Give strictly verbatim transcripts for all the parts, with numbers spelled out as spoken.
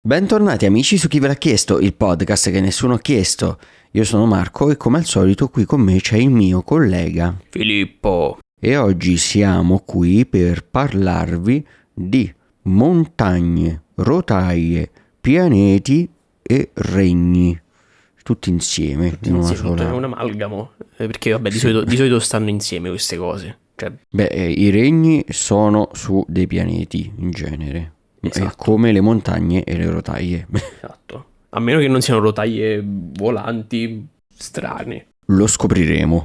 Bentornati amici su Chi ve l'ha chiesto, il podcast che nessuno ha chiesto. Io sono Marco e come al solito qui con me c'è il mio collega Filippo. E oggi siamo qui per parlarvi di montagne, rotaie, pianeti e regni. Tutti insieme, Tutti in una insieme, sola... è un amalgamo. Eh, Perché vabbè, di, Sì. solito, di solito stanno insieme queste cose. Cioè, Beh, eh, i regni sono su dei pianeti in genere. Esatto. È come le montagne e le rotaie. esatto. A meno che non siano rotaie volanti strane. Lo scopriremo.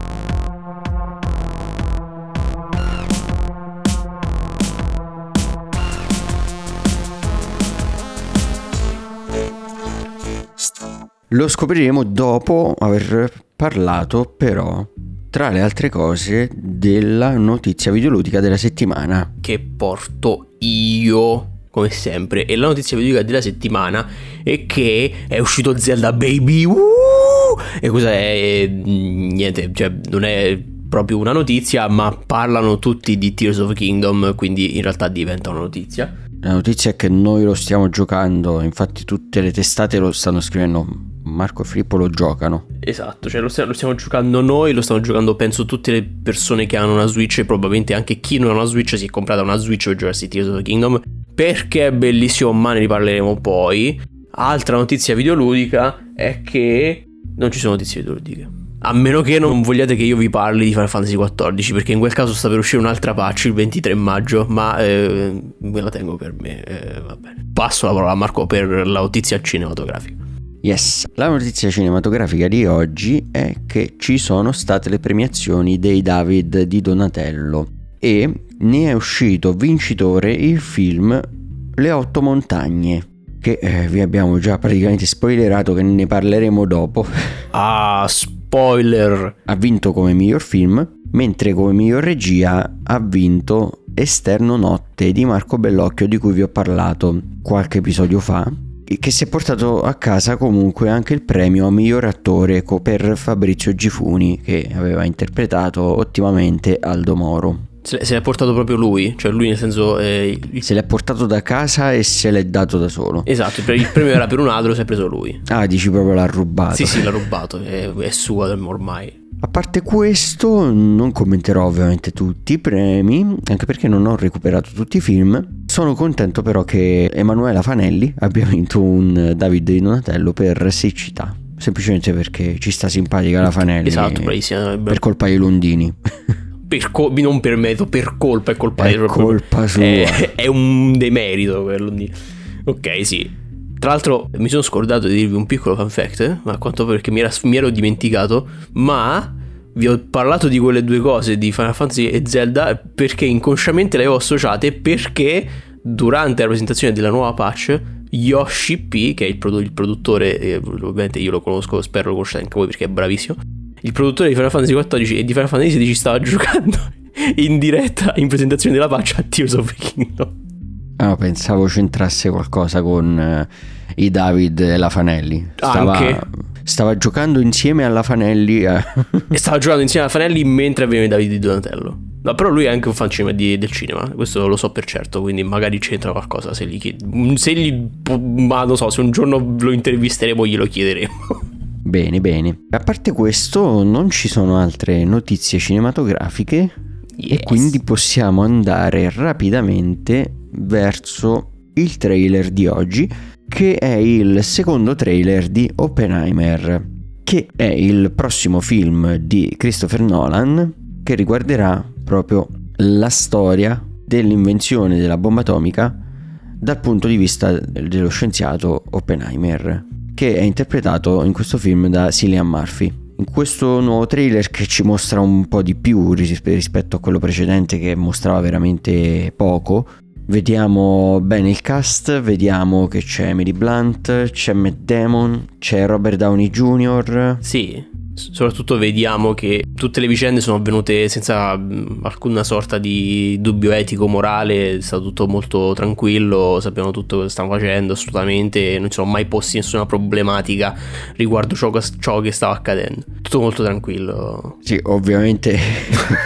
Lo scopriremo dopo aver parlato però, tra le altre cose, della notizia videoludica della settimana. Che porto io, come sempre. E la notizia videoludica della settimana è che è uscito Zelda Baby. Uh! E cosa è? Niente, cioè non è proprio una notizia, ma parlano tutti di Tears of the Kingdom, quindi in realtà diventa una notizia. La notizia è che noi lo stiamo giocando, infatti tutte le testate lo stanno scrivendo, Marco e Filippo lo giocano. Esatto, cioè lo stiamo, lo stiamo giocando noi, lo stanno giocando penso tutte le persone che hanno una Switch e probabilmente anche chi non ha una Switch si è comprata una Switch per giocarsi Tears of the Kingdom, perché è bellissimo, ma ne riparleremo poi. Altra notizia videoludica è che non ci sono notizie videoludiche. A meno che non vogliate che io vi parli di Final Fantasy quattordici, perché in quel caso sta per uscire un'altra patch il ventitré maggio, ma eh, me la tengo per me, eh, va bene. Passo la parola a Marco per la notizia cinematografica. Yes, la notizia cinematografica di oggi è che ci sono state le premiazioni dei David di Donatello e ne è uscito vincitore il film Le Otto Montagne, che eh, vi abbiamo già praticamente spoilerato che ne parleremo dopo. Ah, spoiler! Ha vinto come miglior film, mentre come miglior regia ha vinto Esterno Notte di Marco Bellocchio, di cui vi ho parlato qualche episodio fa, che si è portato a casa comunque anche il premio a miglior attore per Fabrizio Gifuni, che aveva interpretato ottimamente Aldo Moro. Se, se l'è portato proprio lui, cioè lui nel senso eh, il... Se l'è portato da casa e se l'è dato da solo. Esatto, il premio era per un altro, si è preso lui. Ah, dici proprio l'ha rubato. Sì sì, l'ha rubato, è, è sua ormai. A parte questo, non commenterò ovviamente tutti i premi, anche perché non ho recuperato tutti i film. Sono contento però che Emanuela Fanelli abbia vinto un David di Donatello per Siccità, semplicemente perché ci sta simpatica la Fanelli. Esatto, bravissima. Per colpa dei Londini. Per col- non per merito, per colpa, è colpa È colpa sua. È, è un demerito quello di... Ok, sì. Tra l'altro mi sono scordato di dirvi un piccolo fun fact, eh? Ma a quanto perché mi, era, mi ero dimenticato, ma vi ho parlato di quelle due cose, di Final Fantasy e Zelda, perché inconsciamente le avevo associate, perché durante la presentazione della nuova patch Yoshi P, che è il, produ- il produttore, eh, ovviamente io lo conosco, spero lo conosciate anche voi perché è bravissimo, il produttore di Final Fantasy quattordici e di Final Fantasy sedici stava giocando in diretta in presentazione della patch a Tears of the Kingdom. Ah, pensavo c'entrasse qualcosa con eh, i David e la Fanelli. Stava, Anche. stava giocando insieme alla Fanelli eh. E stava giocando insieme alla Fanelli mentre aveva i David di Donatello. No, però lui è anche un fan cinema di, del cinema, questo lo so per certo, quindi magari c'entra qualcosa se gli chied- se gli ma non so, se un giorno lo intervisteremo glielo chiederemo. Bene, bene. A parte questo, non ci sono altre notizie cinematografiche. Yes. E quindi possiamo andare rapidamente verso il trailer di oggi, che è il secondo trailer di Oppenheimer, che è il prossimo film di Christopher Nolan, che riguarderà proprio la storia dell'invenzione della bomba atomica dal punto di vista dello scienziato Oppenheimer, che è interpretato in questo film da Cillian Murphy. In questo nuovo trailer, che ci mostra un po' di più rispetto a quello precedente che mostrava veramente poco, vediamo bene il cast, vediamo che c'è Emily Blunt, c'è Matt Damon, c'è Robert Downey junior Sì, soprattutto vediamo che tutte le vicende sono avvenute senza alcuna sorta di dubbio etico, morale, è stato tutto molto tranquillo, sappiamo tutto cosa stanno facendo assolutamente, non ci sono mai posti nessuna problematica riguardo ciò, ciò che stava accadendo, tutto molto tranquillo. Sì, ovviamente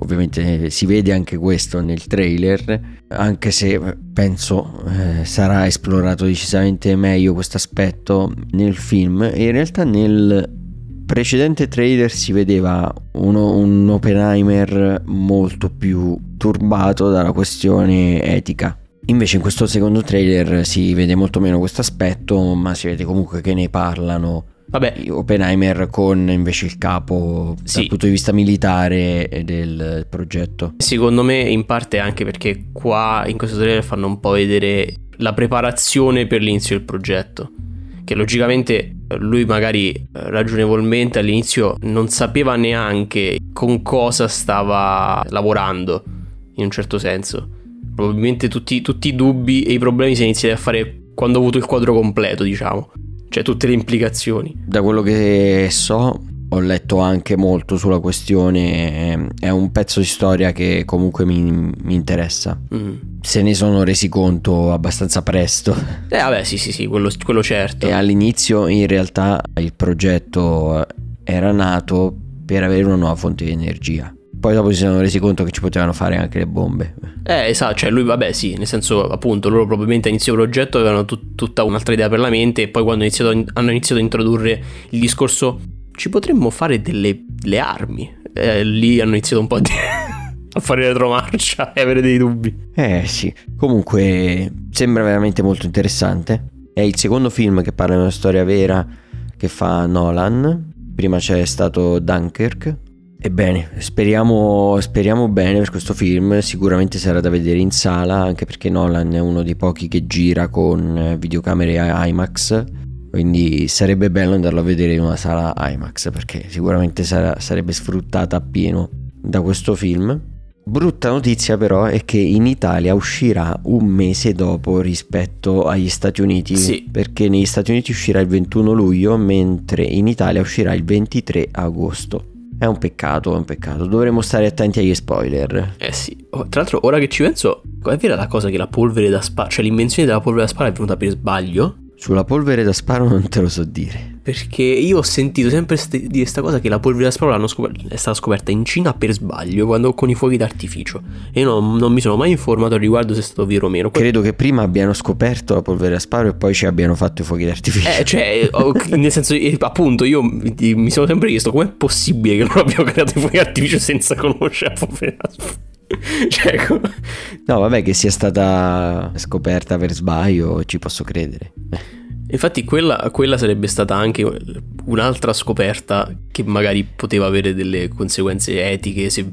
ovviamente si vede anche questo nel trailer, anche se penso eh, sarà esplorato decisamente meglio questo aspetto nel film. E in realtà nel precedente trailer si vedeva uno, un Oppenheimer molto più turbato dalla questione etica. Invece in questo secondo trailer si vede molto meno questo aspetto, ma si vede comunque che ne parlano. Vabbè, Oppenheimer con invece il capo sì, dal punto di vista militare del progetto. Secondo me in parte anche perché qua in questo trailer fanno un po' vedere la preparazione per l'inizio del progetto, che logicamente lui magari ragionevolmente all'inizio non sapeva neanche con cosa stava lavorando, in un certo senso. Probabilmente tutti, tutti i dubbi e i problemi si iniziano a fare quando ho avuto il quadro completo, diciamo, cioè tutte le implicazioni. Da quello che so, ho letto anche molto sulla questione, è un pezzo di storia che comunque mi, mi interessa. Mm. Se ne sono resi conto abbastanza presto. Eh vabbè sì sì sì, quello, quello certo. E all'inizio in realtà il progetto era nato per avere una nuova fonte di energia. Poi dopo si sono resi conto che ci potevano fare anche le bombe. Eh esatto, cioè lui vabbè sì, nel senso appunto loro probabilmente all'inizio del progetto avevano tut- tutta un'altra idea per la mente, e poi quando iniziato, hanno iniziato a introdurre il discorso ci potremmo fare delle, delle armi, eh, lì hanno iniziato un po' di a fare retromarcia e avere dei dubbi. Eh sì, comunque sembra veramente molto interessante. È il secondo film che parla di una storia vera che fa Nolan. Prima c'è stato Dunkirk. Ebbene, speriamo, speriamo bene per questo film. Sicuramente sarà da vedere in sala, anche perché Nolan è uno dei pochi che gira con videocamere IMAX, quindi sarebbe bello andarlo a vedere in una sala IMAX, perché sicuramente sarà, sarebbe sfruttata appieno da questo film. Brutta notizia però è che in Italia uscirà un mese dopo rispetto agli Stati Uniti, sì, perché negli Stati Uniti uscirà il ventuno luglio, mentre in Italia uscirà il ventitré agosto. È un peccato, è un peccato. Dovremmo stare attenti agli spoiler. Eh sì. Oh, tra l'altro, ora che ci penso, è vera la cosa che la polvere da sparo, cioè l'invenzione della polvere da sparo è venuta per sbaglio? Sulla polvere da sparo non te lo so dire. Perché io ho sentito sempre st- dire questa cosa, che la polvere da sparo l'hanno scop- è stata scoperta in Cina per sbaglio, quando con i fuochi d'artificio. E io non, non mi sono mai informato al riguardo se è stato vero o meno. Poi... Credo che prima abbiano scoperto la polvere da sparo e poi ci abbiano fatto i fuochi d'artificio. Eh, cioè, nel senso, appunto, io mi, mi sono sempre chiesto com'è possibile che non abbiamo creato i fuochi d'artificio senza conoscere la polvere da sparo. Cioè, come... No, vabbè, che sia stata scoperta per sbaglio ci posso credere. Infatti quella, quella sarebbe stata anche un'altra scoperta che magari poteva avere delle conseguenze etiche se,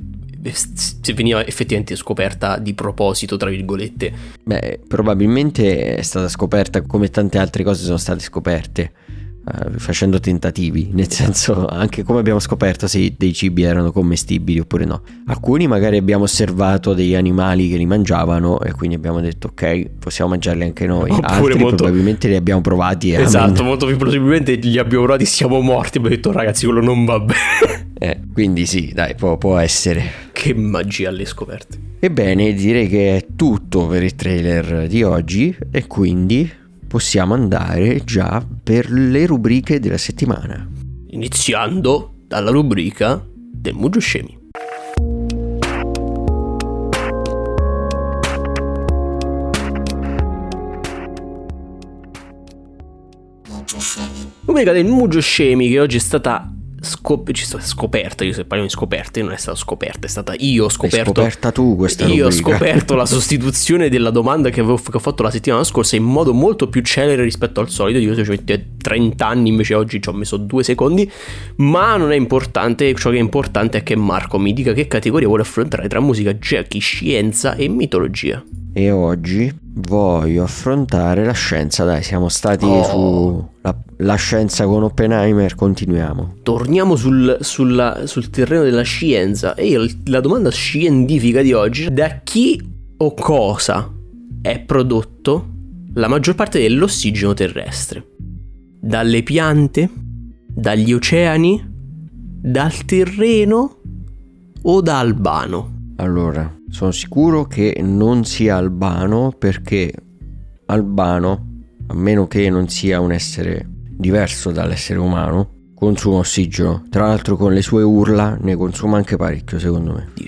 se veniva effettivamente scoperta di proposito, tra virgolette. Beh, probabilmente è stata scoperta come tante altre cose sono state scoperte, Uh, facendo tentativi, nel senso, anche come abbiamo scoperto se dei cibi erano commestibili oppure no. Alcuni magari abbiamo osservato degli animali che li mangiavano e quindi abbiamo detto ok, possiamo mangiarli anche noi. Oppure altri molto... probabilmente li abbiamo provati e esatto, amen. molto più possibilmente li abbiamo provati, siamo morti e abbiamo detto ragazzi quello non va bene. Eh, quindi sì, dai, può, può essere. Che magia alle scoperte. Ebbene, direi che è tutto per il trailer di oggi e quindi possiamo andare già per le rubriche della settimana. Iniziando dalla rubrica del Mugio Scemi. Rubrica del Mugio Scemi che oggi è stata scop- ci sta scoperta. Io se parliamo di scoperte non è stata scoperta, è stata io ho scoperto. Hai scoperta tu questa rubrica. Io ho scoperto la sostituzione della domanda che avevo che ho fatto la settimana scorsa in modo molto più celere rispetto al solito. Io ci ho messo trenta anni, invece oggi ci ho messo due secondi. Ma non è importante, ciò che è importante è che Marco mi dica che categoria vuole affrontare tra musica, giochi, scienza e mitologia. E oggi voglio affrontare la scienza, dai, siamo stati oh. su la, la scienza con Oppenheimer, continuiamo. Torniamo sul, sulla, sul terreno della scienza. E io, la domanda scientifica di oggi: da chi o cosa è prodotto la maggior parte dell'ossigeno terrestre? Dalle piante? Dagli oceani? Dal terreno? O da Albano? Allora, sono sicuro che non sia Albano, perché Albano, a meno che non sia un essere diverso dall'essere umano, consuma ossigeno. Tra l'altro con le sue urla ne consuma anche parecchio, secondo me. Dici?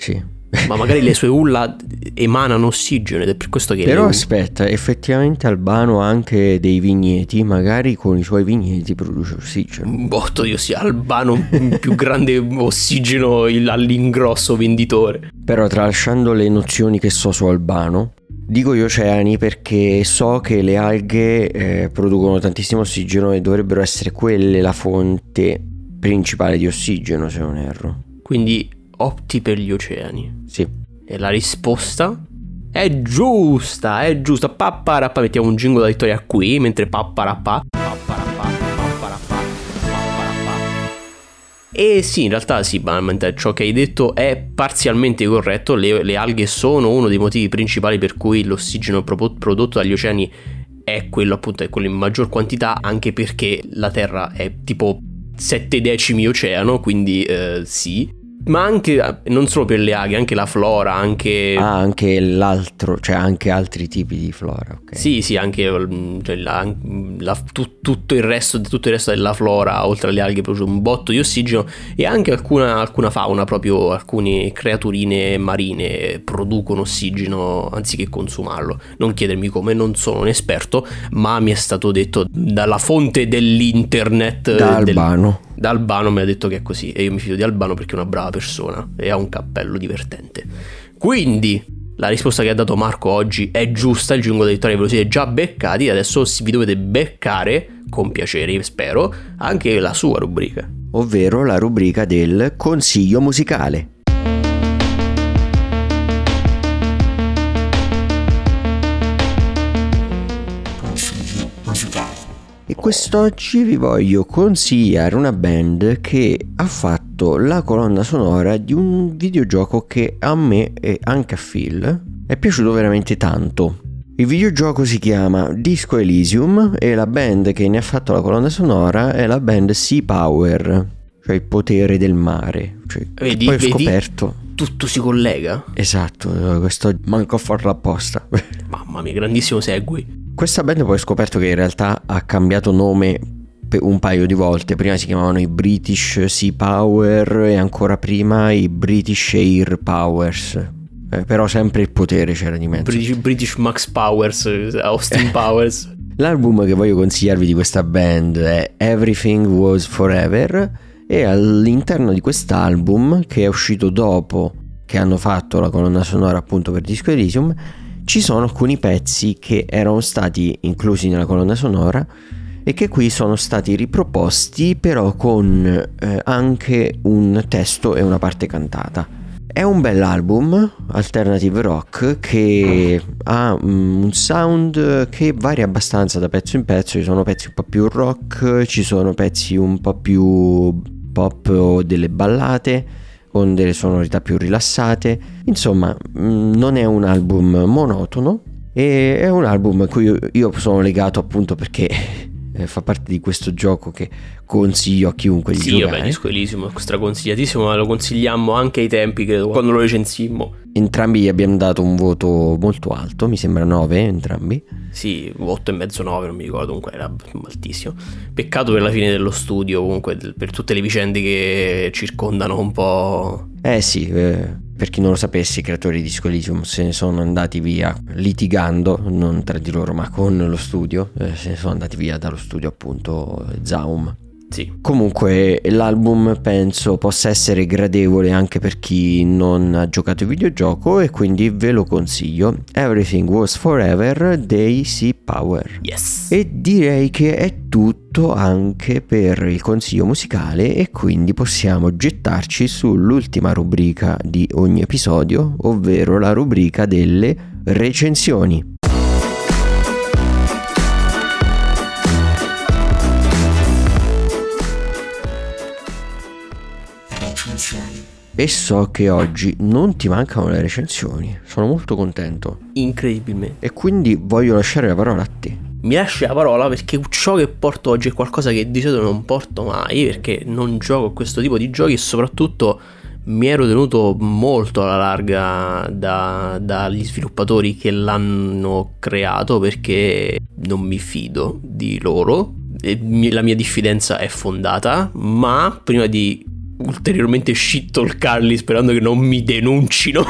Sì. Ma magari le sue ulla emanano ossigeno ed è per questo che... Però le... aspetta, effettivamente Albano ha anche dei vigneti, magari con i suoi vigneti produce ossigeno. Un botto di ossigeno, Albano più grande ossigeno all'ingrosso venditore. Però tralasciando le nozioni che so su Albano, dico gli oceani perché so che le alghe eh, producono tantissimo ossigeno e dovrebbero essere quelle la fonte principale di ossigeno, se non erro. Quindi opti per gli oceani. Sì. E la risposta è giusta, è giusta. Papparappa, mettiamo un jingle da Vittoria qui, mentre papparappa, papparappa, papparappa, papparappa. E sì, in realtà sì, banalmente ciò che hai detto è parzialmente corretto. Le, le alghe sono uno dei motivi principali per cui l'ossigeno pro- prodotto dagli oceani è quello, appunto, è quello in maggior quantità, anche perché la Terra è tipo sette decimi oceano, quindi eh, sì. Ma anche, non solo per le alghe, anche la flora, anche... Ah, anche l'altro, cioè anche altri tipi di flora, ok. Sì, sì, anche cioè, la, la, tu, tutto, il resto, tutto il resto della flora, oltre alle alghe, produce un botto di ossigeno, e anche alcuna, alcuna fauna, proprio alcune creaturine marine producono ossigeno anziché consumarlo. Non chiedermi come, non sono un esperto, ma mi è stato detto dalla fonte dell'internet... Da Albano. Del, da Albano mi ha detto che è così, e io mi fido di Albano perché è una brava persona e ha un cappello divertente. Quindi la risposta che ha dato Marco oggi è giusta, il jingle della vittoria ve lo siete già beccati, adesso vi dovete beccare, con piacere spero, anche la sua rubrica, ovvero la rubrica del consiglio musicale. E quest'oggi vi voglio consigliare una band che ha fatto la colonna sonora di un videogioco che a me e anche a Phil è piaciuto veramente tanto. Il videogioco si chiama Disco Elysium e la band che ne ha fatto la colonna sonora è la band Sea Power, cioè il potere del mare. Cioè, vedi, poi ho vedi? scoperto... Tutto si collega. Esatto, questo manco a farlo apposta. Mamma mia, grandissimo segui. Questa band poi ho scoperto che in realtà ha cambiato nome un paio di volte. Prima si chiamavano i British Sea Power e ancora prima i British Air Powers. Eh, però sempre il potere c'era di mezzo. British, British Max Powers, Austin Powers. L'album che voglio consigliarvi di questa band è Everything Was Forever, e all'interno di quest'album, che è uscito dopo che hanno fatto la colonna sonora appunto per Disco Elysium, ci sono alcuni pezzi che erano stati inclusi nella colonna sonora e che qui sono stati riproposti, però con eh, anche un testo e una parte cantata. È un bell'album alternative rock che ha um, un sound che varia abbastanza da pezzo in pezzo. Ci sono pezzi un po' più rock, ci sono pezzi un po' più pop o delle ballate con delle sonorità più rilassate. Insomma, non è un album monotono, e è un album a cui io, io sono legato appunto perché eh, fa parte di questo gioco che consiglio a chiunque di sì, giocare. Sì, vabbè, Disco Elysium è straconsigliatissimo, ma lo consigliamo anche ai tempi, credo, quando lo recensimmo. Entrambi gli abbiamo dato un voto molto alto, mi sembra nove entrambi. Sì, otto e mezzo nove, non mi ricordo, comunque era altissimo. Peccato per la fine dello studio, comunque per tutte le vicende che circondano un po'. Eh sì, eh, per chi non lo sapesse, i creatori di Disco Elysium se ne sono andati via litigando, non tra di loro ma con lo studio, eh, se ne sono andati via dallo studio appunto Zaum. Sì. Comunque l'album penso possa essere gradevole anche per chi non ha giocato il videogioco, e quindi ve lo consiglio. Everything Was Forever dei Sea Power. Yes. E direi che è tutto anche per il consiglio musicale, e quindi possiamo gettarci sull'ultima rubrica di ogni episodio, ovvero la rubrica delle recensioni. E so che oggi non ti mancano le recensioni, sono molto contento. Incredibilmente. E quindi voglio lasciare la parola a te. Mi lasci la parola perché ciò che porto oggi è qualcosa che di solito non porto mai, perché non gioco a questo tipo di giochi, e soprattutto mi ero tenuto molto alla larga da, dagli sviluppatori che l'hanno creato, perché non mi fido di loro e la mia diffidenza è fondata. Ma prima di ulteriormente shit-talkarli sperando che non mi denuncino,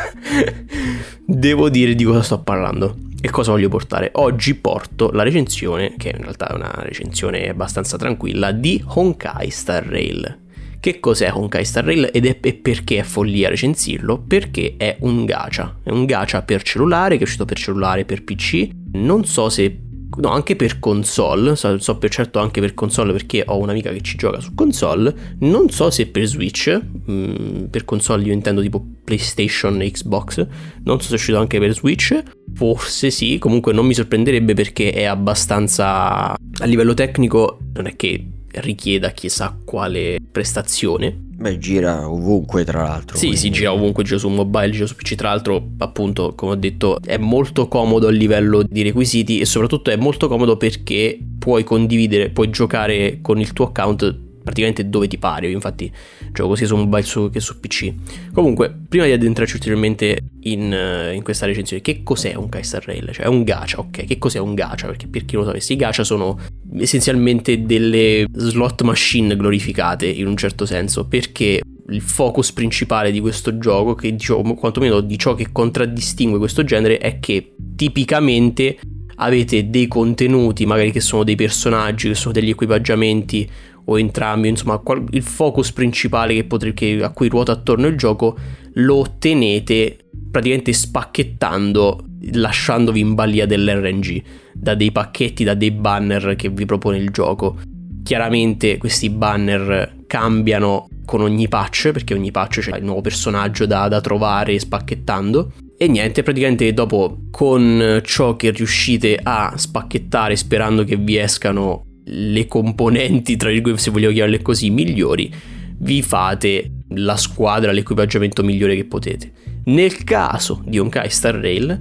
devo dire di cosa sto parlando e cosa voglio portare. Oggi porto la recensione, che in realtà è una recensione abbastanza tranquilla, di Honkai Star Rail. Che cos'è Honkai Star Rail ed è e perché è follia recensirlo? Perché è un gacha, è un gacha per cellulare, che è uscito per cellulare, per P C, non so se... no, anche per console, so, so per certo anche per console perché ho un'amica che ci gioca su console, non so se per Switch, mh, per console io intendo tipo PlayStation e Xbox, non so se è uscito anche per Switch, forse sì, comunque non mi sorprenderebbe perché è abbastanza, a livello tecnico non è che richieda chissà quale prestazione. Beh, gira ovunque tra l'altro. Sì, quindi... si gira ovunque, gira su mobile, gira su P C, tra l'altro appunto come ho detto è molto comodo a livello di requisiti e soprattutto è molto comodo perché puoi condividere, puoi giocare con il tuo account praticamente dove ti pare. Infatti gioco sia su mobile su, che su P C. Comunque, prima di addentrarci ulteriormente in, in questa recensione, che cos'è un Honkai Star Rail? Cioè è un gacha, ok? Che cos'è un gacha? Perché per chi non lo sapesse, i gacha sono essenzialmente delle slot machine glorificate in un certo senso, perché il focus principale di questo gioco, che diciamo quantomeno di ciò che contraddistingue questo genere, è che tipicamente avete dei contenuti magari che sono dei personaggi, che sono degli equipaggiamenti o entrambi, insomma il focus principale che potre, che, a cui ruota attorno il gioco lo ottenete praticamente spacchettando, lasciandovi in balia dell'R N G, da dei pacchetti, da dei banner che vi propone il gioco. Chiaramente questi banner cambiano con ogni patch, perché ogni patch c'è il nuovo personaggio da, da trovare spacchettando. E niente, praticamente dopo con ciò che riuscite a spacchettare, sperando che vi escano le componenti, tra virgolette, se vogliamo chiamarle così, migliori, vi fate la squadra, l'equipaggiamento migliore che potete. Nel caso di Honkai Star Rail,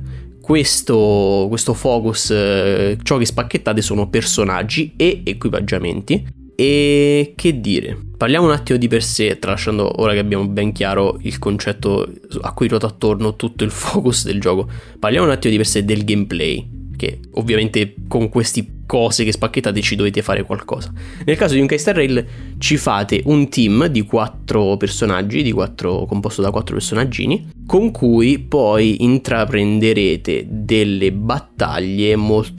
questo, questo focus, eh, ciò che spacchettate sono personaggi e equipaggiamenti. E che dire, parliamo un attimo di per sé, tralasciando ora che abbiamo ben chiaro il concetto a cui ruota attorno tutto il focus del gioco. Parliamo un attimo di per sé del gameplay, che ovviamente con queste cose che spacchettate ci dovete fare qualcosa. Nel caso di Honkai Star Rail ci fate un team di quattro personaggi, di quattro, composto da quattro personaggini, con cui poi intraprenderete delle battaglie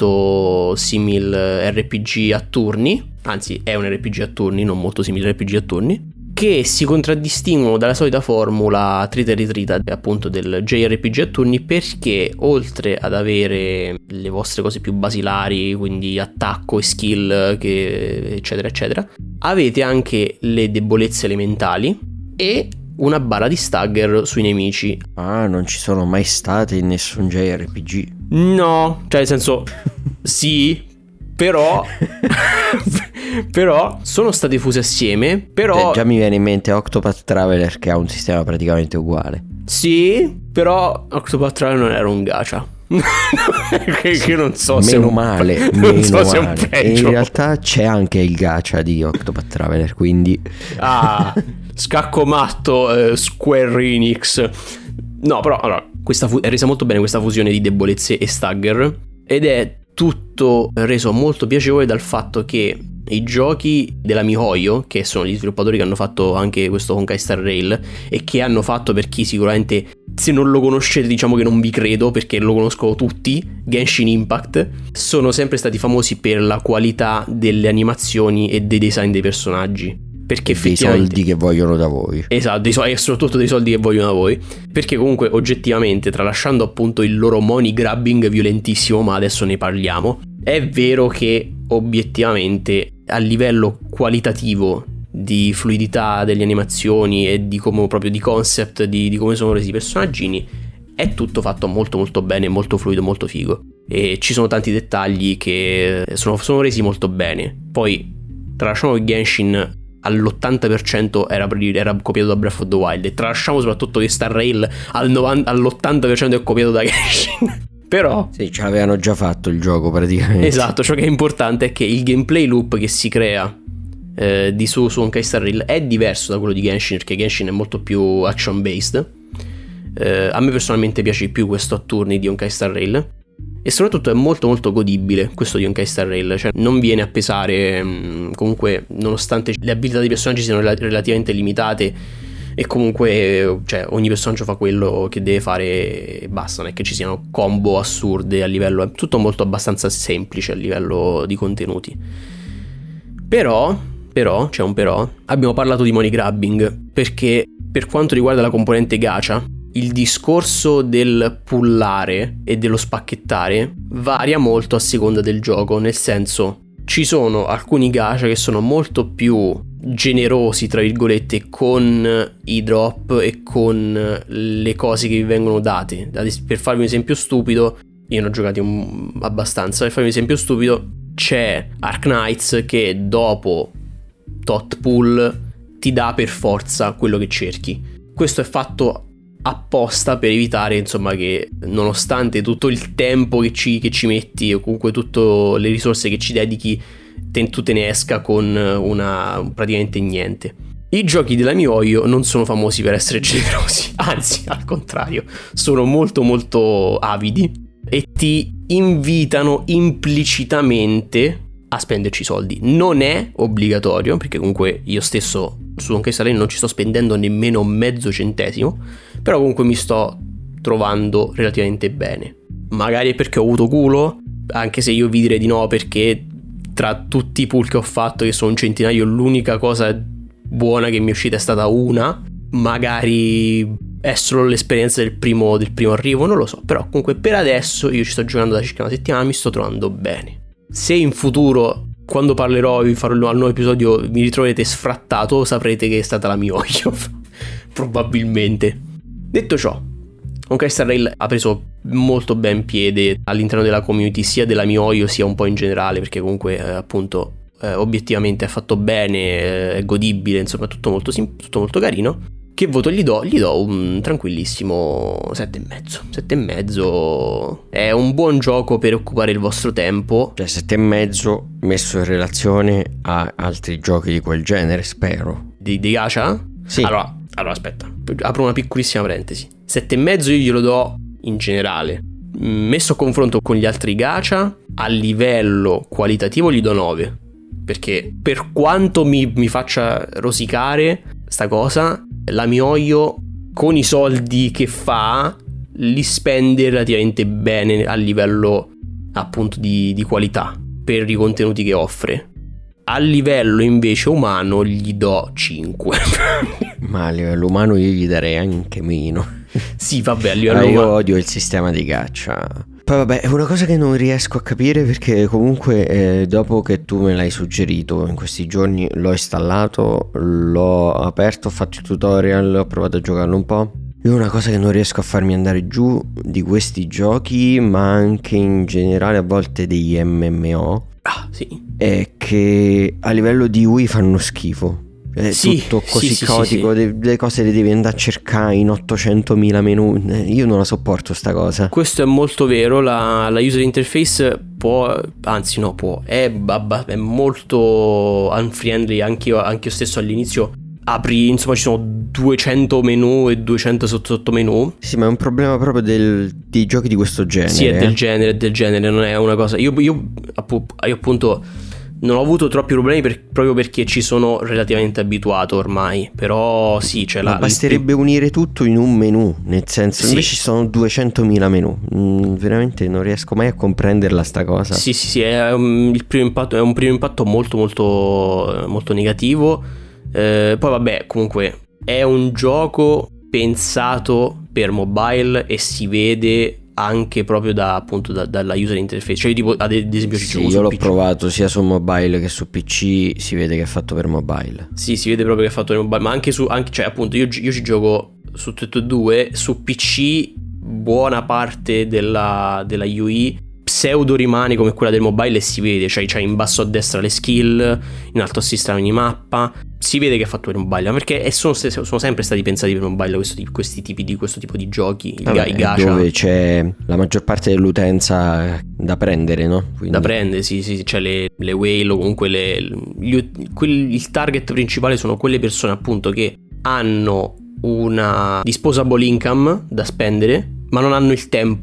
molto simil R P G a turni, anzi è un R P G a turni, non molto simile R P G a turni, che si contraddistinguono dalla solita formula trita e ritrita appunto del J R P G a turni, perché oltre ad avere le vostre cose più basilari, quindi attacco e skill, che, eccetera eccetera, avete anche le debolezze elementali e una barra di stagger sui nemici. Ah, non ci sono mai state in nessun J R P G? No, cioè nel senso sì, però però sono state fuse assieme. Però cioè, già mi viene in mente Octopath Traveler, che ha un sistema praticamente uguale. Sì, però Octopath Traveler non era un gacha. che, che non so meno se un, male non meno so se male. un E in realtà c'è anche il gacha di Octopath Traveler, quindi ah, scacco matto, eh, Square Enix. No, però allora, questa fu- è resa molto bene questa fusione di debolezze e stagger, ed è tutto reso molto piacevole dal fatto che i giochi della MiHoYo, che sono gli sviluppatori che hanno fatto anche questo Honkai Star Rail, e che hanno fatto, per chi sicuramente se non lo conoscete diciamo che non vi credo perché lo conoscono tutti, Genshin Impact, sono sempre stati famosi per la qualità delle animazioni e dei design dei personaggi. Perché dei soldi che vogliono da voi. Esatto, dei so- e soprattutto dei soldi che vogliono da voi. Perché comunque oggettivamente, tralasciando appunto il loro money grabbing violentissimo, ma adesso ne parliamo, è vero che obiettivamente a livello qualitativo di fluidità delle animazioni e di come proprio di concept, di, di come sono resi i personaggini, è tutto fatto molto molto bene, molto fluido, molto figo. E ci sono tanti dettagli che sono, sono resi molto bene. Poi tralasciamo che Genshin all'ottanta per cento era, era copiato da Breath of the Wild, e tralasciamo soprattutto che Star Rail al novanta, all'ottanta per cento è copiato da Genshin. Però sì, ce l'avevano già fatto il gioco praticamente. Esatto, ciò che è importante è che il gameplay loop che si crea eh, di su, su Honkai Star Rail è diverso da quello di Genshin, perché Genshin è molto più action based. eh, A me personalmente piace di più questo a turni di Honkai Star Rail, e soprattutto è molto molto godibile questo Honkai Star Rail, cioè non viene a pesare, comunque nonostante le abilità dei personaggi siano relativamente limitate e comunque cioè, ogni personaggio fa quello che deve fare e basta, non è che ci siano combo assurde a livello, è tutto molto abbastanza semplice a livello di contenuti. Però, però, c'è un però, abbiamo parlato di money grabbing, perché per quanto riguarda la componente gacha, il discorso del pullare e dello spacchettare varia molto a seconda del gioco, nel senso ci sono alcuni gacha che sono molto più generosi tra virgolette con i drop e con le cose che vi vengono date. Per farvi un esempio stupido, io ne ho giocati un... abbastanza, per farvi un esempio stupido c'è Ark Knights che dopo tot pull ti dà per forza quello che cerchi. Questo è fatto apposta per evitare insomma che nonostante tutto il tempo che ci, che ci metti o comunque tutte le risorse che ci dedichi te, tu te ne esca con una praticamente niente. I giochi della MiHoYo non sono famosi per essere generosi, anzi al contrario sono molto molto avidi e ti invitano implicitamente a spenderci soldi. Non è obbligatorio, perché comunque io stesso su Honkai Star Rail non ci sto spendendo nemmeno mezzo centesimo, però comunque mi sto trovando relativamente bene. Magari è perché ho avuto culo, anche se io vi direi di no, perché tra tutti i pull che ho fatto, che sono un centinaio, l'unica cosa buona che mi è uscita è stata una. Magari è solo l'esperienza del primo, del primo arrivo, non lo so, però comunque per adesso io ci sto giocando da circa una settimana, mi sto trovando bene. Se in futuro, quando parlerò e vi farò il nuovo episodio, mi ritroverete sfrattato, saprete che è stata la MiHoYo probabilmente. Detto ciò, Honkai Star Rail ha preso molto ben piede all'interno della community, sia della MiHoYo sia un po' in generale, perché comunque eh, appunto eh, obiettivamente è fatto bene, eh, è godibile, insomma tutto molto, sim- tutto molto carino. Che voto gli do? Gli do un tranquillissimo sette e mezzo. sette e mezzo è un buon gioco per occupare il vostro tempo. Cioè sette e mezzo messo in relazione a altri giochi di quel genere, spero. Di, di gacha? Sì. Allora, allora aspetta, apro una piccolissima parentesi. sette e mezzo io glielo do in generale. Messo a confronto con gli altri gacha, a livello qualitativo gli do nove. Perché per quanto mi, mi faccia rosicare sta cosa, la MiHoYo con i soldi che fa li spende relativamente bene a livello appunto di, di qualità per i contenuti che offre. A livello invece umano gli do cinque. Ma a livello umano io gli darei anche meno. Sì, vabbè, a livello ah, io umano odio il sistema di gacha. Poi vabbè, è una cosa che non riesco a capire, perché comunque eh, dopo che tu me l'hai suggerito in questi giorni l'ho installato, l'ho aperto, ho fatto il tutorial, ho provato a giocarlo un po'. Io una cosa che non riesco a farmi andare giù di questi giochi, ma anche in generale a volte degli M M O, ah, sì. è che a livello di U I fanno schifo. È sì, tutto così sì, caotico, sì, sì. Le cose le devi andare a cercare in ottocentomila menu. Io non la sopporto sta cosa. Questo è molto vero. La, la user interface può, anzi no può, è, è molto unfriendly. Anche io, anche io stesso all'inizio apri, insomma ci sono duecento menu e duecento sottomenu. Sì, ma è un problema proprio del, dei giochi di questo genere. Sì, è eh? del genere, è del genere, non è una cosa. Io, io, io appunto non ho avuto troppi problemi per, proprio perché ci sono relativamente abituato ormai. Però sì, c'è ma la. basterebbe il... unire tutto in un menu. Nel senso, sì. Invece ci sono duecentomila menu. mm, Veramente non riesco mai a comprenderla sta cosa. Sì, sì, sì, è un, il primo impatto, è un primo impatto molto molto molto negativo. eh, Poi vabbè, comunque è un gioco pensato per mobile e si vede anche proprio da appunto da, dalla user interface. Cioè io tipo ad esempio ci Sì, gioco io su l'ho P C. provato sia su mobile che su P C. Si vede che è fatto per mobile. Sì, si vede proprio che è fatto per mobile. Ma anche su anche, cioè appunto io, io ci gioco su tutte e due. Su P C buona parte della, della U I pseudo rimane come quella del mobile e si vede. Cioè c'hai in basso a destra le skill, in alto a sinistra la minimappa. Si vede che è fatto per mobile, ma perché sono, sono sempre stati pensati per mobile questi, questi tipi di questo tipo di giochi. Il, Vabbè, i gacha, dove c'è la maggior parte dell'utenza da prendere, no? Quindi... da prendere, sì, sì, c'è le, le whale o comunque le, gli, quel, il target principale sono quelle persone appunto che hanno una disposable income da spendere, ma non hanno il tempo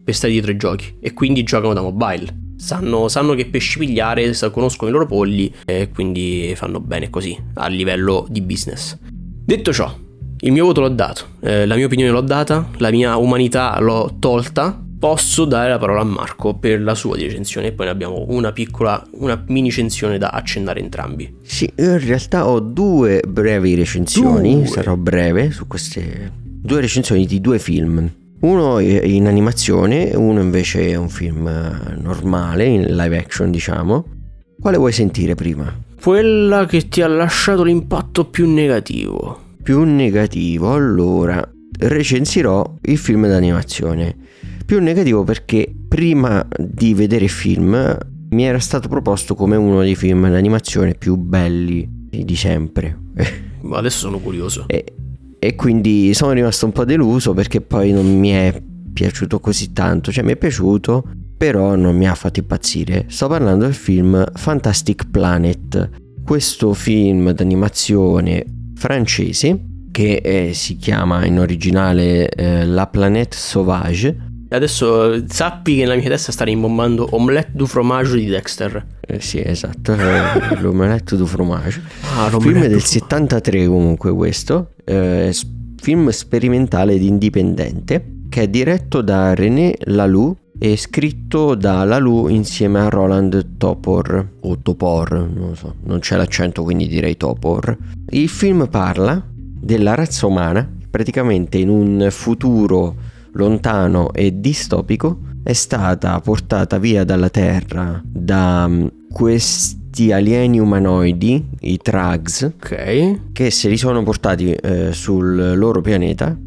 per stare dietro ai giochi e quindi giocano da mobile. Sanno, sanno che pesci pigliare, conoscono i loro polli e quindi fanno bene così a livello di business. Detto ciò, il mio voto l'ho dato, eh, la mia opinione l'ho data, la mia umanità l'ho tolta. Posso dare la parola a Marco per la sua recensione e poi ne abbiamo una piccola, una mini recensione da accennare entrambi. Sì, io in realtà ho due brevi recensioni, due. sarò breve su queste due recensioni di due film. Uno in animazione, uno invece è un film normale, in live action diciamo. Quale vuoi sentire prima? Quella che ti ha lasciato l'impatto più negativo. Più negativo, allora recensirò il film d'animazione. Più negativo perché prima di vedere il film mi era stato proposto come uno dei film d'animazione più belli di sempre. Ma adesso sono curioso. E, e quindi sono rimasto un po' deluso perché poi non mi è piaciuto così tanto. Cioè mi è piaciuto, però non mi ha fatto impazzire. Sto parlando del film Fantastic Planet, questo film d'animazione francese che eh, si chiama in originale eh, La Planète Sauvage. Adesso sappi che nella mia testa sta rimbombando Omelette du fromage di Dexter. Eh, sì, esatto, eh, l'Omelette du fromage. Ah, film del settantatré comunque questo, eh, film sperimentale ed indipendente che è diretto da René Laloux e scritto da Laloux insieme a Roland Topor o Topor, non lo so, non c'è l'accento quindi direi Topor. Il film parla della razza umana, praticamente in un futuro lontano e distopico è stata portata via dalla Terra da questi alieni umanoidi, i Trags, ok, che se li sono portati eh, sul loro pianeta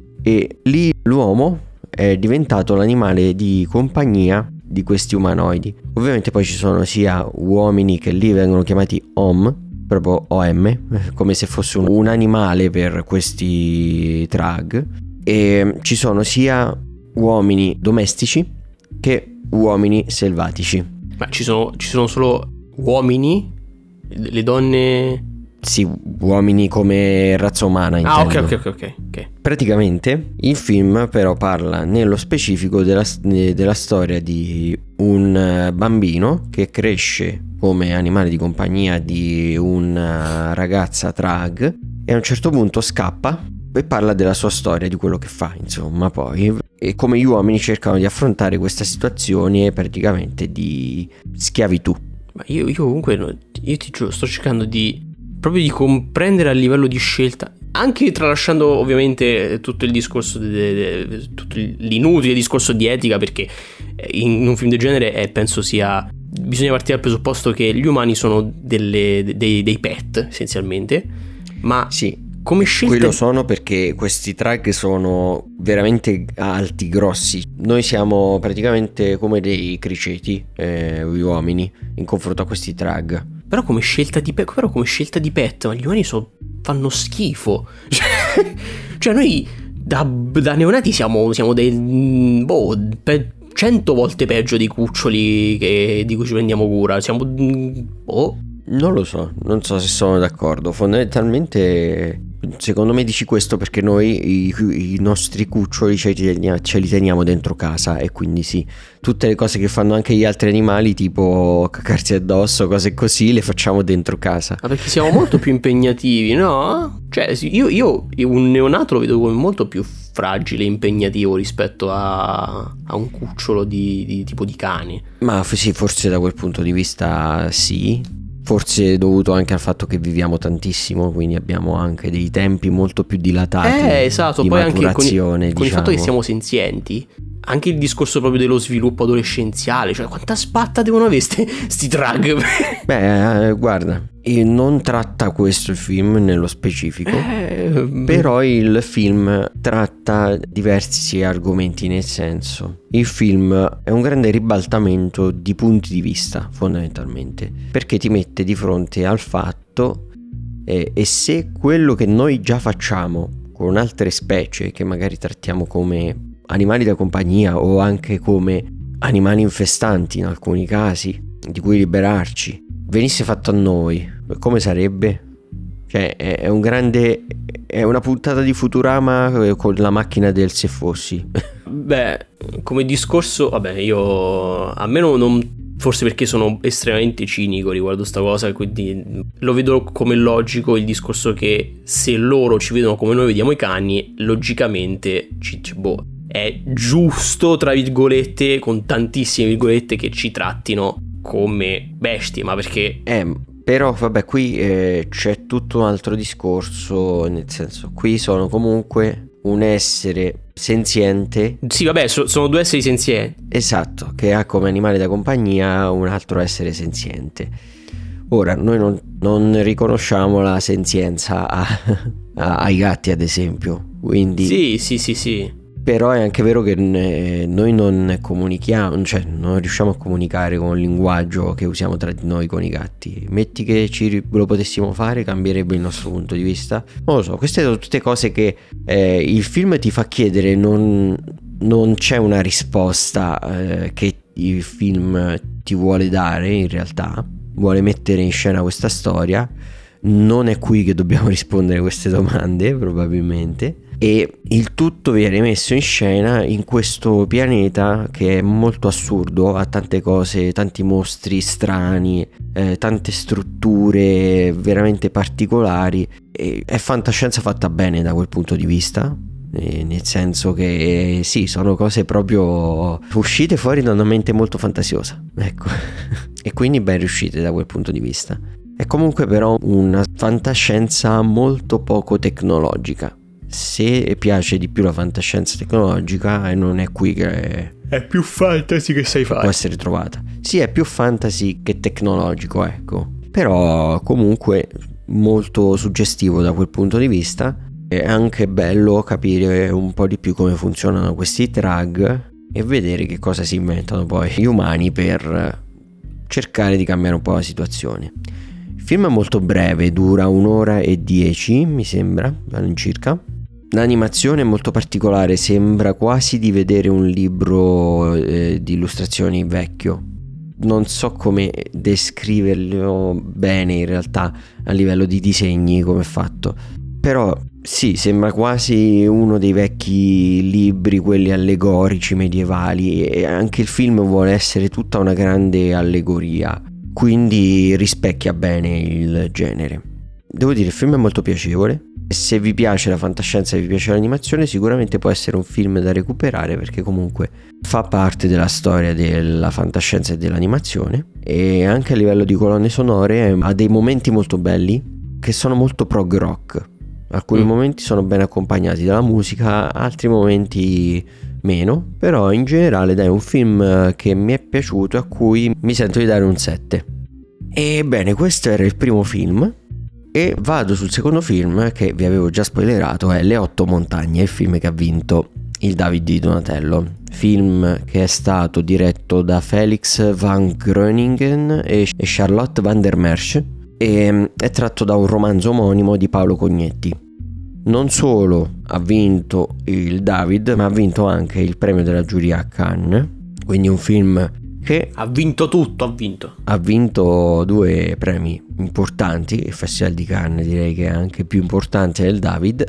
e lì l'uomo è diventato l'animale di compagnia di questi umanoidi. Ovviamente poi ci sono sia uomini che lì vengono chiamati Om, proprio O M, come se fosse un, un animale per questi Trag, e ci sono sia uomini domestici che uomini selvatici. Ma ci sono, ci sono solo uomini? Le donne? Sì, uomini come razza umana intendo. Ah, ok, ok, ok, ok, ok. Praticamente il film però parla nello specifico della, della storia di un bambino che cresce come animale di compagnia di una ragazza Trag e a un certo punto scappa e parla della sua storia, di quello che fa, insomma, poi, e come gli uomini cercano di affrontare questa situazione praticamente di schiavitù. Ma io, io comunque, io ti giuro, sto cercando di proprio di comprendere a livello di scelta, anche tralasciando ovviamente tutto il discorso de, de, de, tutto l'inutile discorso di etica, perché in un film del genere eh, penso sia, bisogna partire dal presupposto che gli umani sono delle, dei, dei pet essenzialmente, ma sì, come scelta... Quello sono perché questi Trag sono veramente alti, grossi. Noi siamo praticamente come dei criceti, eh, gli uomini, in confronto a questi Trag. Però come scelta di pet, però come scelta di pet, ma gli umani so, fanno schifo. Cioè noi da, da neonati siamo, siamo dei... Boh, pe, cento volte peggio dei cuccioli che, di cui ci prendiamo cura. Siamo... Boh. Non lo so, non so se sono d'accordo. Fondamentalmente, secondo me dici questo perché noi i, i nostri cuccioli ce li, teniamo, ce li teniamo dentro casa e quindi sì, tutte le cose che fanno anche gli altri animali, tipo cacarsi addosso, cose così, le facciamo dentro casa. Ma perché siamo molto più impegnativi, no? Cioè io, io un neonato lo vedo come molto più fragile e impegnativo rispetto a, a un cucciolo di, di tipo di cane. Ma sì, forse da quel punto di vista sì. Forse dovuto anche al fatto che viviamo tantissimo, quindi abbiamo anche dei tempi molto più dilatati. Eh, esatto, di poi anche con, i, con diciamo. il fatto che siamo senzienti, anche il discorso proprio dello sviluppo adolescenziale, cioè quanta spatta devono avere sti, sti Trag? Beh, eh, guarda, non tratta questo il film nello specifico, eh, però il film tratta diversi argomenti, nel senso, il film è un grande ribaltamento di punti di vista, fondamentalmente, perché ti mette di fronte al fatto eh, e se quello che noi già facciamo con altre specie che magari trattiamo come animali da compagnia o anche come animali infestanti in alcuni casi, di cui liberarci, venisse fatto a noi, come sarebbe? Cioè è un grande, è una puntata di Futurama con la macchina del se fossi. Beh, come discorso, vabbè, io a me non, forse perché sono estremamente cinico riguardo sta cosa, quindi lo vedo come logico il discorso che se loro ci vedono come noi vediamo i cani, logicamente ci, ci, boh, è giusto, tra virgolette, con tantissime virgolette, che ci trattino come bestie, ma perché... Eh, però vabbè, qui eh, c'è tutto un altro discorso, nel senso, qui sono comunque un essere senziente. Sì, vabbè, so, sono due esseri senzienti. Esatto, che ha come animale da compagnia un altro essere senziente. Ora, noi non, non riconosciamo la senzienza a, a, ai gatti, ad esempio, quindi... Sì, sì, sì, sì. Però è anche vero che ne, noi non comunichiamo, cioè non riusciamo a comunicare con il linguaggio che usiamo tra di noi con i gatti. Metti che ci lo potessimo fare, cambierebbe il nostro punto di vista. Non lo so, queste sono tutte cose che eh, il film ti fa chiedere, non, non c'è una risposta eh, che il film ti vuole dare in realtà, vuole mettere in scena questa storia. Non è qui che dobbiamo rispondere a queste domande, probabilmente. E il tutto viene messo in scena in questo pianeta che è molto assurdo, ha tante cose, tanti mostri strani, eh, tante strutture veramente particolari, e è fantascienza fatta bene da quel punto di vista, eh, nel senso che eh, sì, sono cose proprio uscite fuori da una mente molto fantasiosa, ecco. E quindi ben riuscite da quel punto di vista. È comunque però una fantascienza molto poco tecnologica. Se piace di più la fantascienza tecnologica, non è qui che è più fantasy che sai fare, può essere trovata. Sì, è più fantasy che tecnologico, ecco. Però comunque molto suggestivo da quel punto di vista. È anche bello capire un po' di più come funzionano questi drag e vedere che cosa si inventano poi gli umani per cercare di cambiare un po' la situazione. Il film è molto breve, dura un'ora e dieci, mi sembra, all'incirca. L'animazione è molto particolare, sembra quasi di vedere un libro eh, di illustrazioni vecchio. Non so come descriverlo bene in realtà a livello di disegni come è fatto, però sì, sembra quasi uno dei vecchi libri, quelli allegorici medievali, e anche il film vuole essere tutta una grande allegoria, quindi rispecchia bene il genere. Devo dire, il film è molto piacevole. Se vi piace la fantascienza e vi piace l'animazione, sicuramente può essere un film da recuperare, perché comunque fa parte della storia della fantascienza e dell'animazione, e anche a livello di colonne sonore ha dei momenti molto belli che sono molto prog rock. Alcuni mm. momenti sono ben accompagnati dalla musica, altri momenti meno, però in generale dai, è un film che mi è piaciuto, a cui mi sento di dare un sette. Ebbene, questo era il primo film. E vado sul secondo film, che vi avevo già spoilerato, è Le otto montagne, il film che ha vinto il David di Donatello, film che è stato diretto da Felix van Groeningen e Charlotte van der Merch, e è tratto da un romanzo omonimo di Paolo Cognetti. Non solo ha vinto il David, ma ha vinto anche il premio della giuria a Cannes, quindi un film che ha vinto tutto, ha vinto. Ha vinto due premi importanti, il Festival di Cannes direi che è anche più importante del David,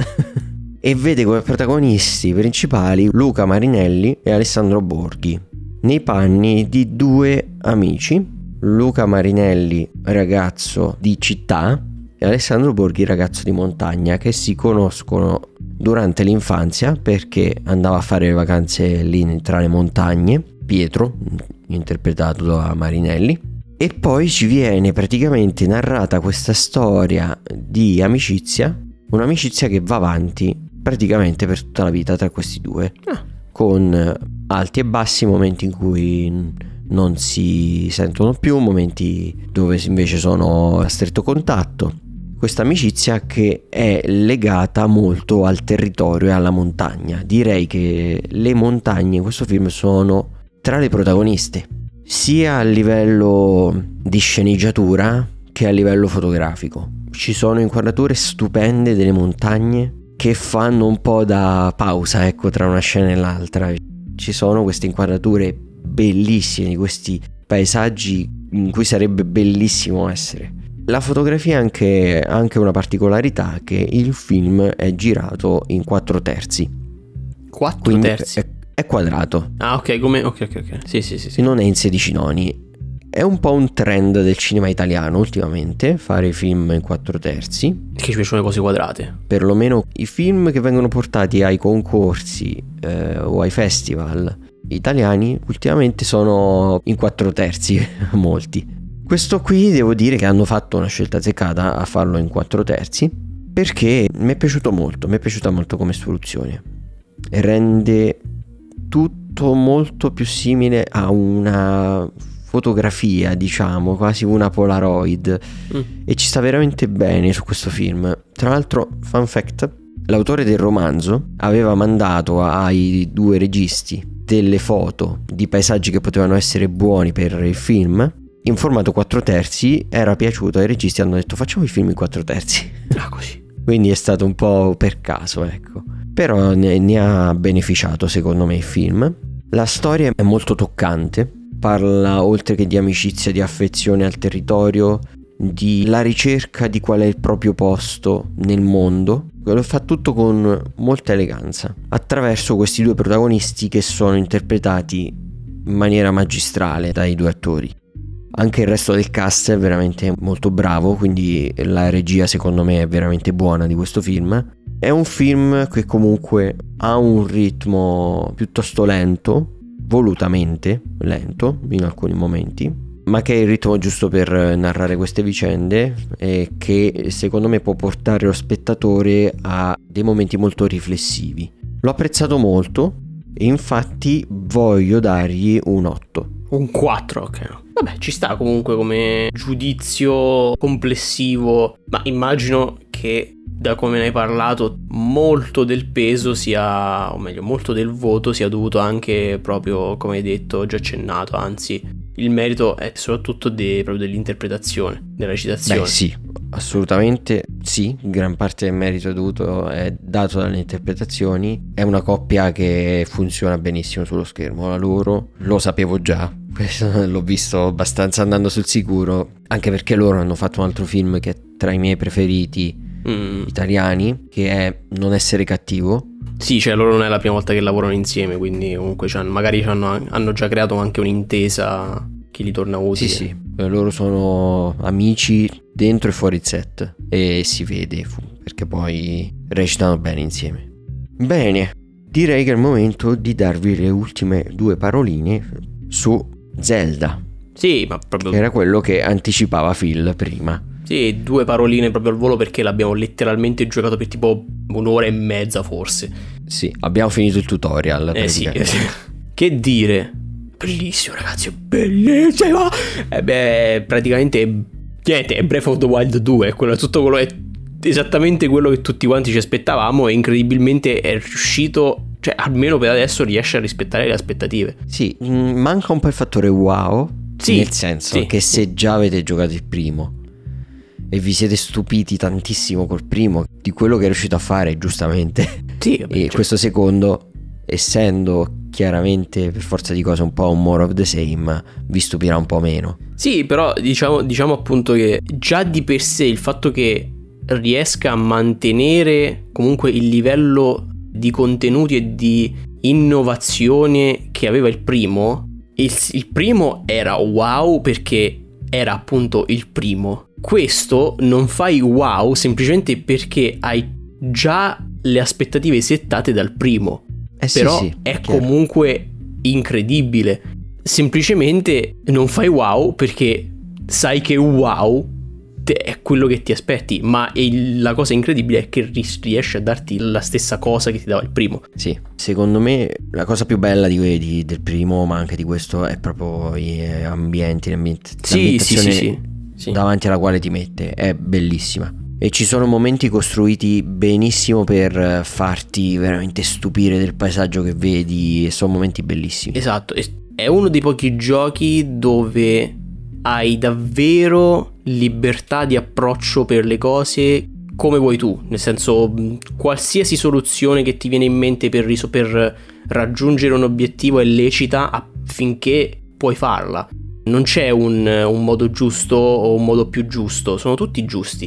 e vede come protagonisti principali Luca Marinelli e Alessandro Borghi, nei panni di due amici, Luca Marinelli ragazzo di città e Alessandro Borghi ragazzo di montagna, che si conoscono durante l'infanzia perché andava a fare le vacanze lì tra le montagne, Pietro, interpretato da Marinelli, e poi ci viene praticamente narrata questa storia di amicizia, un'amicizia che va avanti praticamente per tutta la vita tra questi due, ah. con alti e bassi, momenti in cui non si sentono più, momenti dove invece sono a stretto contatto. Questa amicizia che è legata molto al territorio e alla montagna. Direi che le montagne in questo film sono tra le protagoniste, sia a livello di sceneggiatura che a livello fotografico. Ci sono inquadrature stupende delle montagne che fanno un po' da pausa, ecco, tra una scena e l'altra. Ci sono queste inquadrature bellissime di questi paesaggi in cui sarebbe bellissimo essere. La fotografia ha anche, anche una particolarità, che il film è girato in quattro terzi. Quattro terzi? È, è quadrato. Ah, ok, come... Ok, ok, ok. Sì, sì, sì, sì. Non è in sedici noni. È un po' un trend del cinema italiano ultimamente, fare film in quattro terzi. Che ci piacciono le cose quadrate. Perlomeno i film che vengono portati ai concorsi eh, o ai festival italiani ultimamente sono in quattro terzi, molti. Questo qui devo dire che hanno fatto una scelta azzeccata a farlo in quattro terzi, perché mi è piaciuto molto, mi è piaciuta molto come soluzione. Rende tutto molto più simile a una fotografia, diciamo, quasi una Polaroid, mm. e ci sta veramente bene su questo film. Tra l'altro, fun fact, l'autore del romanzo aveva mandato ai due registi delle foto di paesaggi che potevano essere buoni per il film in formato quattro terzi, era piaciuto ai registi, hanno detto facciamo i film in quattro terzi. Ah, così. Quindi è stato un po' per caso, ecco. Però ne, ne ha beneficiato secondo me il film. La storia è molto toccante. Parla, oltre che di amicizia, di affezione al territorio, di la ricerca di qual è il proprio posto nel mondo. Lo fa tutto con molta eleganza, attraverso questi due protagonisti che sono interpretati in maniera magistrale dai due attori. Anche il resto del cast è veramente molto bravo, quindi la regia secondo me è veramente buona di questo film. È un film che comunque ha un ritmo piuttosto lento, volutamente lento in alcuni momenti, ma che è il ritmo giusto per narrare queste vicende e che secondo me può portare lo spettatore a dei momenti molto riflessivi. L'ho apprezzato molto e infatti voglio dargli un otto. Un quattro, ok. Vabbè, ci sta comunque come giudizio complessivo, ma immagino che da come ne hai parlato molto del peso sia, o meglio molto del voto sia dovuto anche proprio, come hai detto, già accennato, anzi il merito è soprattutto de, proprio dell'interpretazione, della recitazione. Beh sì, assolutamente sì, gran parte del merito è dovuto, è dato dalle interpretazioni. È una coppia che funziona benissimo sullo schermo, la loro lo sapevo già, questo l'ho visto abbastanza andando sul sicuro, anche perché loro hanno fatto un altro film che è tra i miei preferiti Mm. italiani, che è Non essere cattivo. Sì, cioè loro non è la prima volta che lavorano insieme, quindi comunque c'hanno, magari c'hanno, hanno già creato anche un'intesa che gli torna utile. Sì, sì, loro sono amici dentro e fuori il set e si vede perché poi recitano bene insieme. Bene, direi che è il momento di darvi le ultime due paroline su Zelda. Sì, ma proprio era quello che anticipava Phil prima. Sì, due paroline proprio al volo perché l'abbiamo letteralmente giocato per tipo un'ora e mezza forse. Sì, abbiamo finito il tutorial. Eh sì, eh sì. Che dire? Bellissimo ragazzi, bellissimo. Eh beh, praticamente niente, è Breath of the Wild due, quello, tutto quello è esattamente quello che tutti quanti ci aspettavamo e incredibilmente è riuscito, cioè almeno per adesso riesce a rispettare le aspettative. Sì, mh, manca un po' il fattore wow, sì, nel senso sì, che se già avete giocato il primo e vi siete stupiti tantissimo col primo di quello che è riuscito a fare, giustamente, sì, vabbè, e cioè. questo secondo, essendo chiaramente per forza di cose un po' un more of the same, vi stupirà un po' meno. Sì, però diciamo, diciamo appunto che già di per sé il fatto che riesca a mantenere comunque il livello di contenuti e di innovazione che aveva il primo, il, il primo era wow perché era appunto il primo. Questo non fai wow semplicemente perché hai già le aspettative settate dal primo. Eh sì, però sì, è chiaro. Comunque incredibile. Semplicemente non fai wow perché sai che wow è quello che ti aspetti, ma il, la cosa incredibile è che riesce a darti la stessa cosa che ti dava il primo. Sì, secondo me la cosa più bella di, di, del primo, ma anche di questo, è proprio gli ambienti, l'ambient- sì, l'ambientazione sì, sì, sì, sì. davanti alla quale ti mette, è bellissima. E ci sono momenti costruiti benissimo per farti veramente stupire del paesaggio che vedi, e sono momenti bellissimi. Esatto, è uno dei pochi giochi dove hai davvero libertà di approccio per le cose come vuoi tu, nel senso qualsiasi soluzione che ti viene in mente per, riso- per raggiungere un obiettivo è lecita affinché puoi farla. Non c'è un, un modo giusto o un modo più giusto, sono tutti giusti.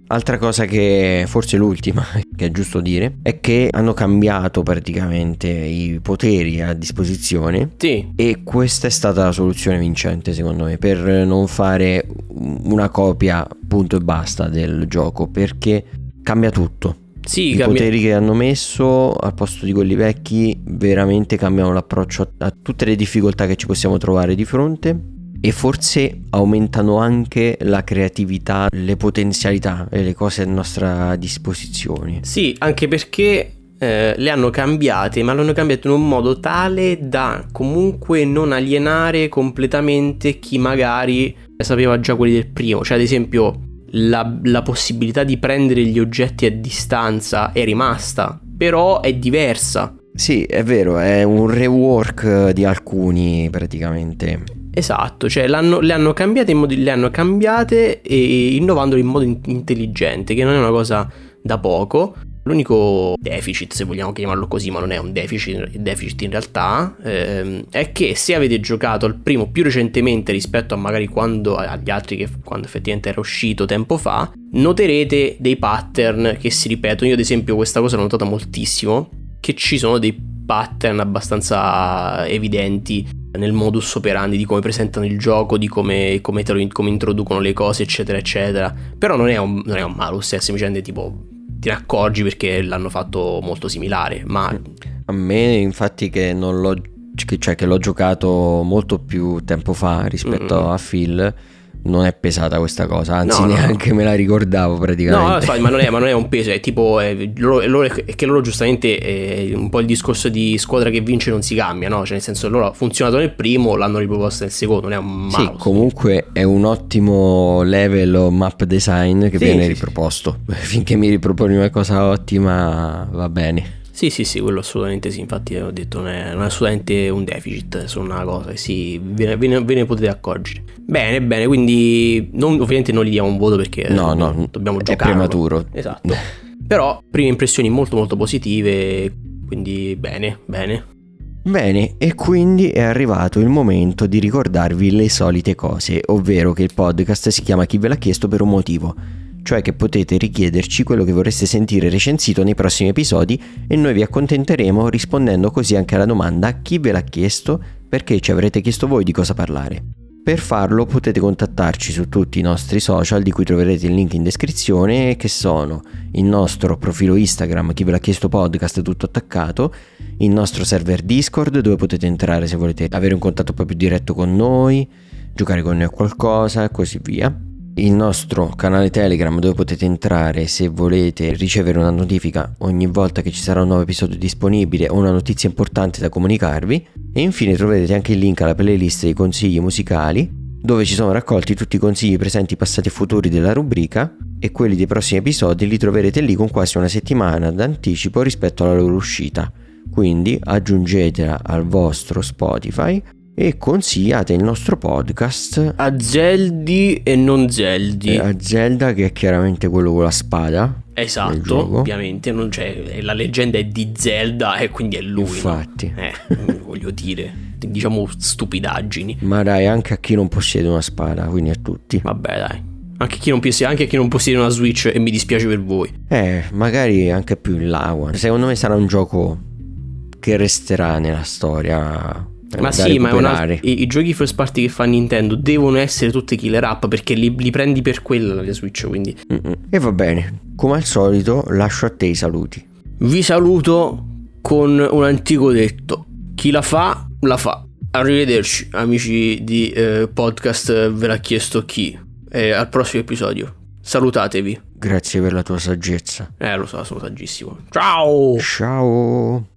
Altra cosa che forse l'ultima che è giusto dire è che hanno cambiato praticamente i poteri a disposizione. Sì. E questa è stata la soluzione vincente secondo me, per non fare una copia punto e basta del gioco, perché cambia tutto. Sì, I cambia... poteri che hanno messo al posto di quelli vecchi veramente cambiano l'approccio a, a tutte le difficoltà che ci possiamo trovare di fronte, e forse aumentano anche la creatività, le potenzialità e le cose a nostra disposizione. Sì, anche perché eh, le hanno cambiate, ma le hanno cambiate in un modo tale da comunque non alienare completamente chi magari sapeva già quelli del primo. Cioè, ad esempio, la, la possibilità di prendere gli oggetti a distanza è rimasta, però è diversa. Sì, è vero, è un rework di alcuni praticamente. Esatto, cioè l'hanno, le hanno cambiate in modi, le hanno cambiate e innovandole in modo in- intelligente, che non è una cosa da poco. L'unico deficit, se vogliamo chiamarlo così, ma non è un deficit, deficit in realtà, ehm, è che se avete giocato al primo più recentemente rispetto a magari quando agli altri, che quando effettivamente era uscito tempo fa, noterete dei pattern che si ripetono. Io ad esempio questa cosa l'ho notata moltissimo, che ci sono dei pattern abbastanza evidenti nel modus operandi di come presentano il gioco, di come, come, te lo, come introducono le cose, eccetera eccetera. Però non è un, non è un malus, è semplicemente tipo ti ne accorgi perché l'hanno fatto molto similare. Ma a me infatti che non l'ho, cioè che l'ho giocato molto più tempo fa rispetto mm-hmm. a Phil, non è pesata questa cosa, anzi no, neanche no. me la ricordavo praticamente. No, ma non è, ma non è un peso, è tipo è, loro, loro, è che loro giustamente è un po' il discorso di squadra che vince non si cambia, no? Cioè nel senso, loro ha funzionato nel primo, l'hanno riproposto nel secondo, non è un mouse. Sì, comunque è un ottimo level o map design che sì, viene sì, riproposto. Sì. Finché mi riproponi una cosa ottima va bene. Sì, sì, sì, quello assolutamente sì, infatti ho detto non è, non è assolutamente un deficit, è solo una cosa che sì, ve ne, ve ne potete accorgere. Bene, bene, quindi non, ovviamente non gli diamo un voto perché no, dobbiamo, no, dobbiamo è giocare. È prematuro. Esatto. Però prime impressioni molto molto positive, quindi bene, bene. Bene, e quindi è arrivato il momento di ricordarvi le solite cose, ovvero che il podcast si chiama Chi ve l'ha chiesto per un motivo. Cioè che potete richiederci quello che vorreste sentire recensito nei prossimi episodi e noi vi accontenteremo rispondendo così anche alla domanda chi ve l'ha chiesto, perché ci avrete chiesto voi di cosa parlare. Per farlo potete contattarci su tutti i nostri social di cui troverete il link in descrizione, che sono il nostro profilo Instagram Chi ve l'ha chiesto podcast tutto attaccato, il nostro server Discord dove potete entrare se volete avere un contatto un po' più diretto con noi, giocare con noi a qualcosa e così via. Il nostro canale Telegram dove potete entrare se volete ricevere una notifica ogni volta che ci sarà un nuovo episodio disponibile o una notizia importante da comunicarvi, e infine troverete anche il link alla playlist dei consigli musicali dove ci sono raccolti tutti i consigli presenti, passati e futuri della rubrica, e quelli dei prossimi episodi li troverete lì con quasi una settimana d'anticipo rispetto alla loro uscita, quindi aggiungetela al vostro Spotify e consigliate il nostro podcast a Zeldi e non Zeldi. A Zelda, che è chiaramente quello con la spada. Esatto, ovviamente non c'è, la leggenda è di Zelda e quindi è lui. Infatti, no? eh, voglio dire, diciamo stupidaggini. Ma dai, anche a chi non possiede una spada, quindi a tutti. Vabbè, dai. Anche chi non possiede, anche chi non possiede una Switch, e mi dispiace per voi. Eh, magari anche più in là. Secondo me sarà un gioco che resterà nella storia. Ma sì, ma è una, i, i giochi first party che fa Nintendo devono essere tutte killer app, perché li, li prendi per quella la Switch, quindi. Mm-mm. E va bene, come al solito lascio a te i saluti. Vi saluto con un antico detto: chi la fa, la fa. Arrivederci amici di eh, podcast Ve l'ha chiesto chi, e al prossimo episodio. Salutatevi. Grazie per la tua saggezza. Eh lo so, sono saggissimo. Ciao. Ciao.